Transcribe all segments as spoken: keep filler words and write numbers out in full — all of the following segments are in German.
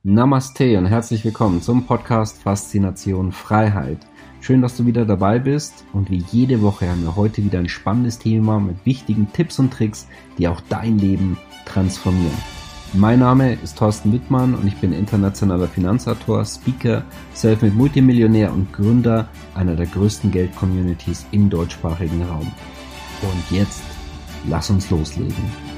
Namaste und herzlich willkommen zum Podcast Faszination Freiheit. Schön, dass du wieder dabei bist und wie jede Woche haben wir heute wieder ein spannendes Thema mit wichtigen Tipps und Tricks, die auch dein Leben transformieren. Mein Name ist Thorsten Wittmann und ich bin internationaler Finanzautor, Speaker, Selfmade Multimillionär und Gründer einer der größten Geld-Communities im deutschsprachigen Raum. Und jetzt, lass uns loslegen.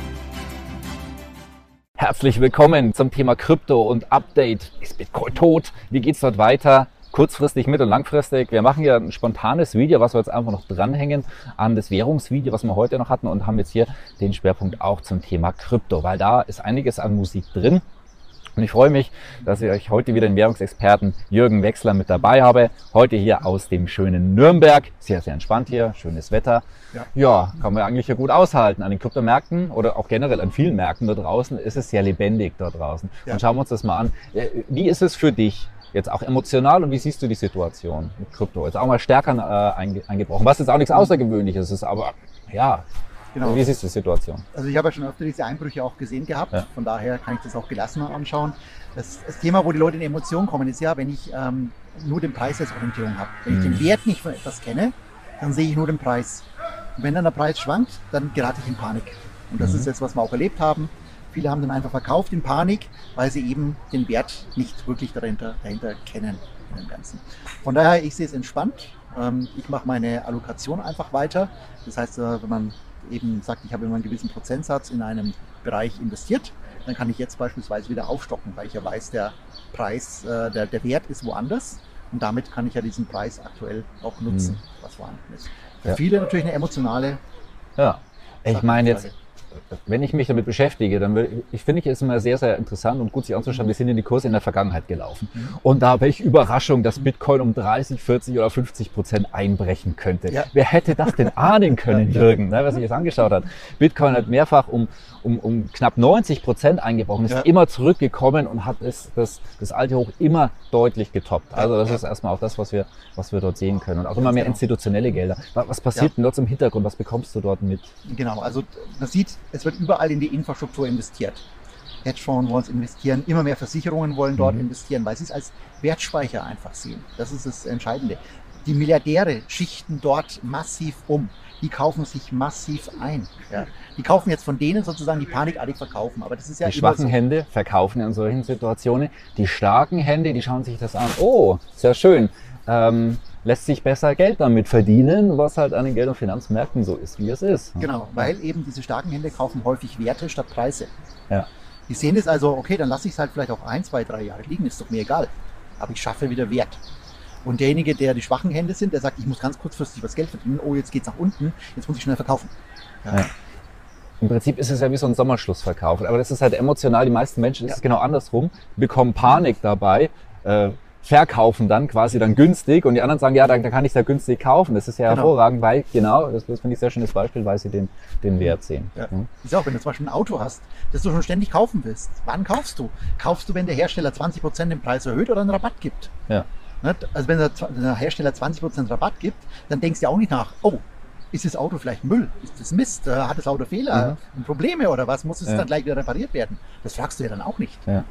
Herzlich willkommen zum Thema Krypto und Update. Ist Bitcoin tot? Wie geht's dort weiter? Kurzfristig, mittel- und langfristig. Wir machen ja ein spontanes Video, was wir jetzt einfach noch dranhängen an das Währungsvideo, was wir heute noch hatten, und haben jetzt hier den Schwerpunkt auch zum Thema Krypto, weil da ist einiges an Musik drin. Und ich freue mich, dass ich euch heute wieder den Währungsexperten Jürgen Wechsler mit dabei habe. Heute hier aus dem schönen Nürnberg. Sehr, sehr entspannt hier, schönes Wetter. Ja, ja, kann man eigentlich ja gut aushalten. An den Kryptomärkten oder auch generell an vielen Märkten da draußen ist es sehr lebendig da draußen. Ja. Und schauen wir uns das mal an. Wie ist es für dich jetzt auch emotional und wie siehst du die Situation mit Krypto? Jetzt auch mal stärker äh, eingebrochen, was jetzt auch nichts Außergewöhnliches ist, aber ja. Genau. Wie siehst du die Situation? Also ich habe ja schon öfter diese Einbrüche auch gesehen gehabt, ja. Von daher kann ich das auch gelassener anschauen. Das, das Thema, wo die Leute in Emotionen kommen, ist ja, wenn ich ähm, nur den Preis als Orientierung habe. Wenn ich mhm. den Wert nicht von etwas kenne, dann sehe ich nur den Preis. Und wenn dann der Preis schwankt, dann gerate ich in Panik. Und das mhm. ist jetzt, was wir auch erlebt haben. Viele haben dann einfach verkauft in Panik, weil sie eben den Wert nicht wirklich dahinter, dahinter kennen. In dem Ganzen. Von daher, ich sehe es entspannt. Ähm, ich mache meine Allokation einfach weiter. Das heißt, äh, wenn man eben sagt, ich habe immer einen gewissen Prozentsatz in einem Bereich investiert, dann kann ich jetzt beispielsweise wieder aufstocken, weil ich ja weiß, der Preis, äh, der, der Wert ist woanders und damit kann ich ja diesen Preis aktuell auch nutzen, mhm. was vorhanden ist. Für ja. viele natürlich eine emotionale. Ja, ich meine jetzt, wenn ich mich damit beschäftige, dann will, ich finde ich es immer sehr, sehr interessant und gut sich anzuschauen, wie sind denn die Kurse in der Vergangenheit gelaufen. Mhm. Und da habe ich Überraschung, dass Bitcoin um dreißig, vierzig oder fünfzig Prozent einbrechen könnte. Ja. Wer hätte das denn ahnen können, Jürgen, ne, was sich jetzt angeschaut hat? Bitcoin hat mehrfach um, um, um knapp neunzig Prozent eingebrochen, ist ja. immer zurückgekommen und hat das, das, das alte Hoch immer deutlich getoppt. Also das ist erstmal auch das, was wir, was wir dort sehen können. Und auch immer mehr institutionelle Gelder. Was passiert ja. denn dort im Hintergrund? Was bekommst du dort mit? Genau, also man sieht, es wird überall in die Infrastruktur investiert. Hedgefonds wollen investieren, immer mehr Versicherungen wollen dort mhm. investieren, weil sie es als Wertspeicher einfach sehen. Das ist das Entscheidende. Die Milliardäre schichten dort massiv um. Die kaufen sich massiv ein. Ja. Die kaufen jetzt von denen sozusagen, die panikartig verkaufen. Aber das ist ja die schwachen so. Hände verkaufen in solchen Situationen. Die starken Hände, die schauen sich das an. Oh, sehr schön. Ähm, lässt sich besser Geld damit verdienen, was halt an den Geld- und Finanzmärkten so ist, wie es ist. Genau, weil eben diese starken Hände kaufen häufig Werte statt Preise. Ja. Die sehen das also, okay, dann lasse ich es halt vielleicht auch ein, zwei, drei Jahre liegen, ist doch mir egal. Aber ich schaffe wieder Wert. Und derjenige, der die schwachen Hände sind, der sagt, ich muss ganz kurzfristig was Geld verdienen, oh, jetzt geht's nach unten, jetzt muss ich schnell verkaufen. Ja. Ja. Im Prinzip ist es ja wie so ein Sommerschlussverkauf, aber das ist halt emotional, die meisten Menschen ist ja. es genau andersrum, bekommen Panik dabei, äh, verkaufen dann quasi dann günstig und die anderen sagen, ja, da, da kann ich da günstig kaufen. Das ist ja genau. hervorragend, weil genau, das, das finde ich ein sehr schönes Beispiel, weil sie den, den Wert sehen. Ja. Mhm. Ist auch, wenn du zum Beispiel ein Auto hast, das du schon ständig kaufen willst. Wann kaufst du? Kaufst du, wenn der Hersteller zwanzig Prozent den Preis erhöht oder einen Rabatt gibt? Ja. Also wenn der, der Hersteller zwanzig Prozent Rabatt gibt, dann denkst du auch nicht nach, oh, ist das Auto vielleicht Müll? Ist das Mist? Hat das Auto Fehler? Mhm. Probleme oder was? Muss es ja. dann gleich wieder repariert werden? Das fragst du ja dann auch nicht. Ja.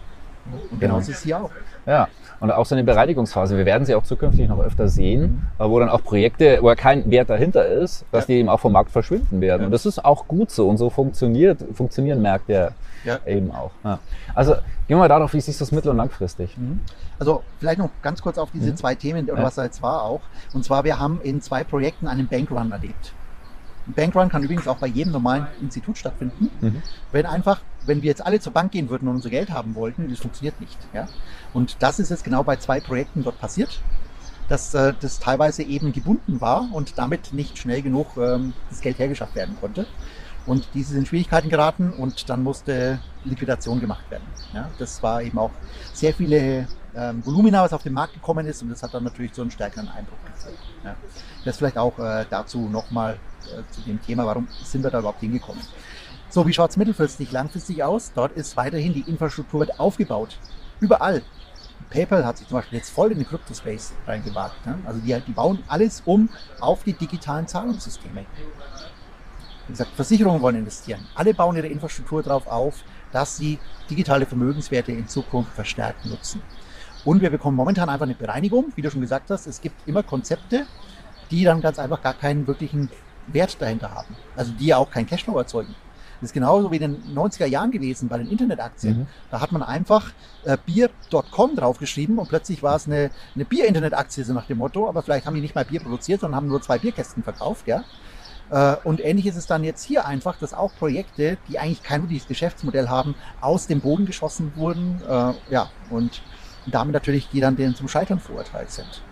Und genau so ist es hier auch. Ja, und auch so eine Bereinigungsphase. Wir werden sie auch zukünftig noch öfter sehen, mhm. wo dann auch Projekte, wo kein Wert dahinter ist, dass ja. die eben auch vom Markt verschwinden werden. Ja. Und das ist auch gut so. Und so funktioniert, funktionieren Märkte ja. eben auch. Ja. Also gehen wir mal darauf, wie siehst du das mittel- und langfristig? Mhm. Also vielleicht noch ganz kurz auf diese mhm. zwei Themen, oder ja. was da jetzt war auch. Und zwar, wir haben in zwei Projekten einen Bankrun erlebt. Ein Bankrun kann übrigens auch bei jedem normalen Institut stattfinden. Mhm. Wenn einfach, wenn wir jetzt alle zur Bank gehen würden und unser Geld haben wollten, das funktioniert nicht. Ja? Und das ist jetzt genau bei zwei Projekten dort passiert, dass äh, das teilweise eben gebunden war und damit nicht schnell genug ähm, das Geld hergeschafft werden konnte. Und diese sind in Schwierigkeiten geraten und dann musste Liquidation gemacht werden. Ja? Das war eben auch sehr viele ähm, Volumina, was auf den Markt gekommen ist, und das hat dann natürlich zu einem stärkeren Einbruch geführt. Ja? Das vielleicht auch äh, dazu nochmal äh, zu dem Thema, warum sind wir da überhaupt hingekommen. So, wie schaut es mittelfristig, langfristig aus? Dort ist weiterhin die Infrastruktur wird aufgebaut. Überall. PayPal hat sich zum Beispiel jetzt voll in den Crypto-Space reingewagt. Ne? Also die, die bauen alles um auf die digitalen Zahlungssysteme. Wie gesagt, Versicherungen wollen investieren. Alle bauen ihre Infrastruktur darauf auf, dass sie digitale Vermögenswerte in Zukunft verstärkt nutzen. Und wir bekommen momentan einfach eine Bereinigung, wie du schon gesagt hast. Es gibt immer Konzepte, die dann ganz einfach gar keinen wirklichen Wert dahinter haben. Also die ja auch kein Cashflow erzeugen. Das ist genauso wie in den neunziger Jahren gewesen bei den Internetaktien. Mhm. Da hat man einfach äh, Bier Punkt com draufgeschrieben und plötzlich war es eine, eine Bier-Internet-Aktie, so nach dem Motto. Aber vielleicht haben die nicht mal Bier produziert, sondern haben nur zwei Bierkästen verkauft. Ja? Äh, und ähnlich ist es dann jetzt hier einfach, dass auch Projekte, die eigentlich kein wirkliches Geschäftsmodell haben, aus dem Boden geschossen wurden. Äh, ja, und damit natürlich die dann denen zum Scheitern verurteilt sind.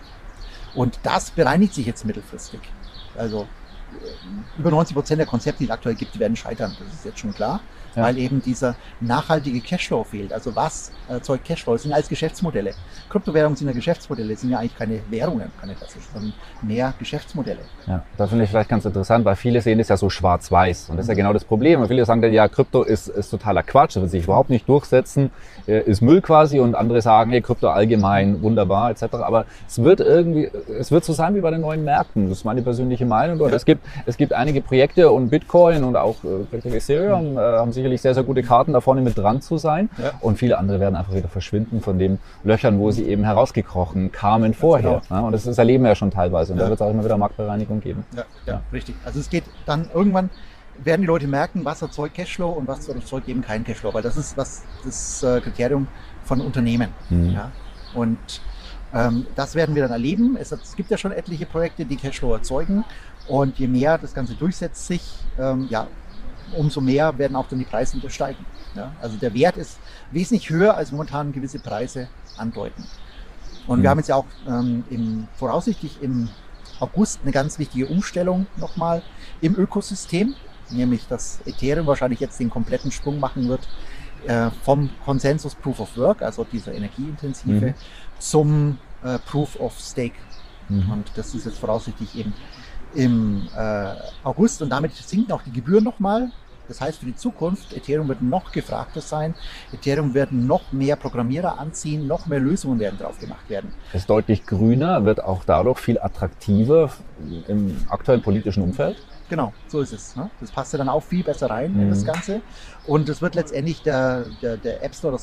Und das bereinigt sich jetzt mittelfristig. Also über neunzig Prozent der Konzepte, die es aktuell gibt, die werden scheitern. Das ist jetzt schon klar, ja. Weil eben dieser nachhaltige Cashflow fehlt. Also was erzeugt Cashflow? Das sind alles Geschäftsmodelle. Kryptowährungen sind ja Geschäftsmodelle, das sind ja eigentlich keine Währungen, keine klassischen, sondern mehr Geschäftsmodelle. Ja, das finde ich vielleicht ganz interessant, weil viele sehen das ja so schwarz-weiß. Und das ist ja genau das Problem. Und viele sagen dann, ja, Krypto ist, ist totaler Quatsch, das wird sich überhaupt nicht durchsetzen, ist Müll quasi. Und andere sagen, hey, Krypto allgemein, wunderbar, et cetera. Aber es wird irgendwie, es wird so sein wie bei den neuen Märkten. Das ist meine persönliche Meinung. Und ja. es gibt, es gibt einige Projekte und Bitcoin und auch äh, Ethereum äh, haben sicherlich sehr, sehr gute Karten, da vorne mit dran zu sein. Ja. Und viele andere werden einfach wieder verschwinden von den Löchern, wo sie eben herausgekrochen kamen vorher. Genau. Ja, und das, das erleben wir ja schon teilweise. Und ja. da wird es auch immer wieder Marktbereinigung geben. Ja, ja, ja, richtig. Also es geht dann irgendwann, werden die Leute merken, was erzeugt Cashflow und was erzeugt eben keinen Cashflow. Weil das ist was das äh, Kriterium von Unternehmen. Mhm. Ja? Und ähm, das werden wir dann erleben. Es, es gibt ja schon etliche Projekte, die Cashflow erzeugen. Und je mehr das Ganze durchsetzt sich, ähm, ja, umso mehr werden auch dann die Preise wieder steigen. Ja? Also der Wert ist wesentlich höher, als momentan gewisse Preise andeuten. Und mhm. wir haben jetzt ja auch ähm, im, voraussichtlich im August eine ganz wichtige Umstellung nochmal im Ökosystem, nämlich dass Ethereum wahrscheinlich jetzt den kompletten Sprung machen wird äh, vom Consensus Proof of Work, also dieser energieintensive, mhm. zum äh, Proof of Stake. Mhm. Und das ist jetzt voraussichtlich eben im äh, August und damit sinken auch die Gebühren nochmal. Das heißt für die Zukunft, Ethereum wird noch gefragter sein, Ethereum wird noch mehr Programmierer anziehen, noch mehr Lösungen werden drauf gemacht werden. Es ist deutlich grüner, wird auch dadurch viel attraktiver im aktuellen politischen Umfeld. Genau, so ist es. Ne? Das passt ja dann auch viel besser rein mhm. in das Ganze. Und es wird letztendlich der, der, der App Store, der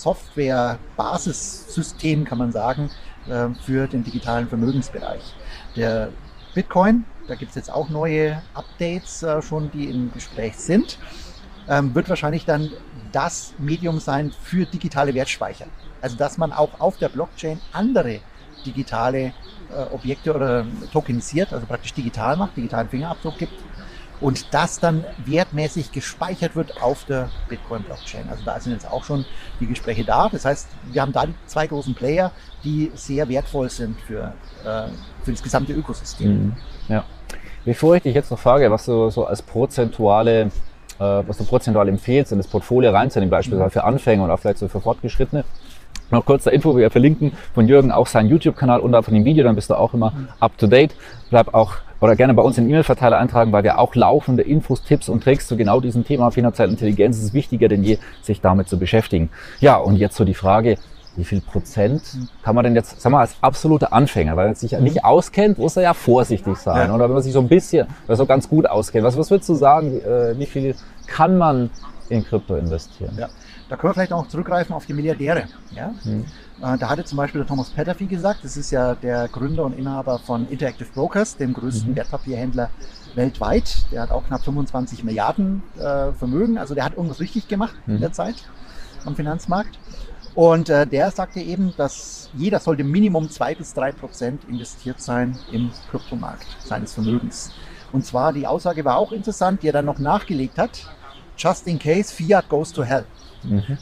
Software-Basissystem, kann man sagen, äh, für den digitalen Vermögensbereich. Der Bitcoin, da gibt es jetzt auch neue Updates äh, schon, die im Gespräch sind, ähm, wird wahrscheinlich dann das Medium sein für digitale Wertspeicher. Also dass man auch auf der Blockchain andere digitale äh, Objekte oder tokenisiert, also praktisch digital macht, digitalen Fingerabdruck gibt und das dann wertmäßig gespeichert wird auf der Bitcoin-Blockchain. Also da sind jetzt auch schon die Gespräche da. Das heißt, wir haben da die zwei großen Player, die sehr wertvoll sind für, äh, für das gesamte Ökosystem. Mhm. Ja. Bevor ich dich jetzt noch frage, was du so als prozentuale, äh, was du prozentual empfehlst, in das Portfolio reinzunehmen, beispielsweise für Anfänger und auch vielleicht so für Fortgeschrittene, noch kurz zur Info, wir verlinken von Jürgen auch seinen YouTube-Kanal unterhalb von dem Video, dann bist du auch immer up to date. Bleib auch oder gerne bei uns in den E-Mail-Verteiler eintragen, weil wir auch laufende Infos, Tipps und Tricks zu genau diesem Thema finanzielle Intelligenz. Es ist wichtiger denn je, sich damit zu beschäftigen. Ja, und jetzt so die Frage, wie viel Prozent kann man denn jetzt, sagen wir mal, als absoluter Anfänger, weil man sich ja nicht auskennt, muss er ja vorsichtig sein. Ja. Oder wenn man sich so ein bisschen, oder so ganz gut auskennt. Was, was würdest du sagen, äh, wie viel kann man in Krypto investieren? Ja. Da können wir vielleicht auch zurückgreifen auf die Milliardäre. Ja? Hm. Äh, da hatte zum Beispiel der Thomas Peterffy gesagt, das ist ja der Gründer und Inhaber von Interactive Brokers, dem größten mhm. Wertpapierhändler weltweit. Der hat auch knapp fünfundzwanzig Milliarden äh, Vermögen, also der hat irgendwas richtig gemacht mhm. in der Zeit am Finanzmarkt. Und äh, der sagte eben, dass jeder sollte Minimum zwei bis drei Prozent investiert sein im Kryptomarkt seines Vermögens. Und zwar, die Aussage war auch interessant, die er dann noch nachgelegt hat, just in case Fiat goes to hell. Mhm.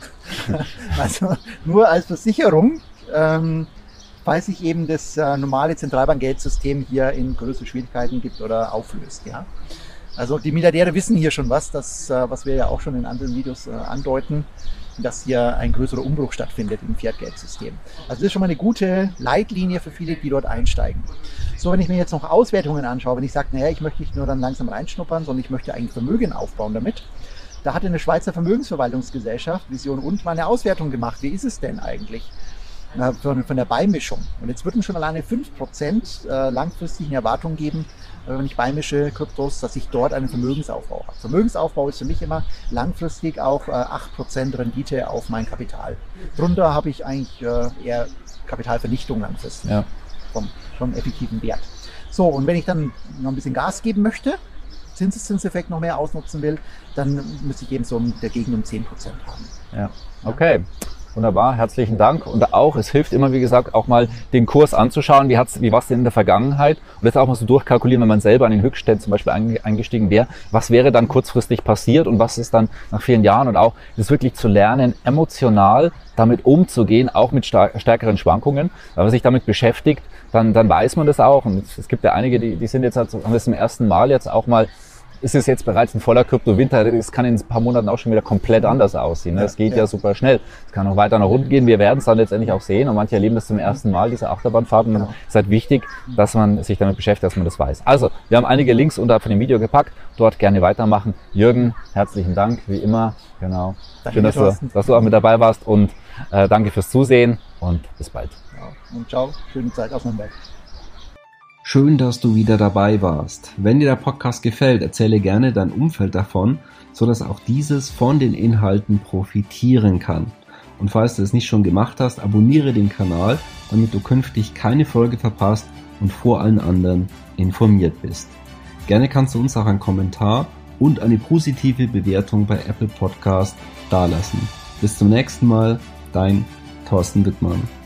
Also nur als Versicherung, ähm, falls sich eben das äh, normale Zentralbankgeldsystem hier in größere Schwierigkeiten gibt oder auflöst. Ja? Also die Milliardäre wissen hier schon was, das, äh, was wir ja auch schon in anderen Videos äh, andeuten, dass hier ein größerer Umbruch stattfindet im Fiat-Geldsystem. Also das ist schon mal eine gute Leitlinie für viele, die dort einsteigen. So, wenn ich mir jetzt noch Auswertungen anschaue, wenn ich sage, naja, ich möchte nicht nur dann langsam reinschnuppern, sondern ich möchte eigentlich Vermögen aufbauen damit, da hat eine Schweizer Vermögensverwaltungsgesellschaft, Vision und mal eine Auswertung gemacht. Wie ist es denn eigentlich? äh, von, von der Beimischung. Und jetzt würden schon alleine fünf Prozent äh, langfristig eine Erwartung geben, äh, wenn ich beimische Kryptos, dass ich dort einen Vermögensaufbau habe. Vermögensaufbau ist für mich immer langfristig auch äh, acht Prozent Rendite auf mein Kapital. Drunter habe ich eigentlich äh, eher Kapitalvernichtung langfristig ja. vom, vom effektiven Wert. So, und wenn ich dann noch ein bisschen Gas geben möchte, Zinseszinseffekt noch mehr ausnutzen will, dann müsste ich eben so dagegen um zehn Prozent haben. Ja, okay. Wunderbar, herzlichen Dank. Und auch, es hilft immer, wie gesagt, auch mal den Kurs anzuschauen. Wie hat's, wie war es denn in der Vergangenheit? Und jetzt auch mal so durchkalkulieren, wenn man selber an den Höchstständen zum Beispiel eingestiegen wäre. Was wäre dann kurzfristig passiert und was ist dann nach vielen Jahren? Und auch, das wirklich zu lernen, emotional damit umzugehen, auch mit stärkeren Schwankungen. Wenn man sich damit beschäftigt, dann, dann weiß man das auch. Und es gibt ja einige, die, die sind jetzt halt, haben das zum ersten Mal jetzt auch mal, ist es jetzt bereits ein voller Kryptowinter, es kann in ein paar Monaten auch schon wieder komplett anders aussehen. Es geht ja, ja super schnell. Es kann auch weiter nach unten gehen. Wir werden es dann letztendlich auch sehen und manche erleben das zum ersten Mal, diese Achterbahnfahrt. Und dann ist es halt wichtig, dass man sich damit beschäftigt, dass man das weiß. Also, wir haben einige Links unterhalb von dem Video gepackt. Dort gerne weitermachen. Jürgen, herzlichen Dank, wie immer. Genau. Danke, schön, dass du, dass du auch mit dabei warst und äh, danke fürs Zusehen und bis bald. Ja, und ciao, schöne Zeit aus Nürnberg. Schön, dass du wieder dabei warst. Wenn dir der Podcast gefällt, erzähle gerne dein Umfeld davon, sodass auch dieses von den Inhalten profitieren kann. Und falls du es nicht schon gemacht hast, abonniere den Kanal, damit du künftig keine Folge verpasst und vor allen anderen informiert bist. Gerne kannst du uns auch einen Kommentar und eine positive Bewertung bei Apple Podcast dalassen. Bis zum nächsten Mal, dein Thorsten Wittmann.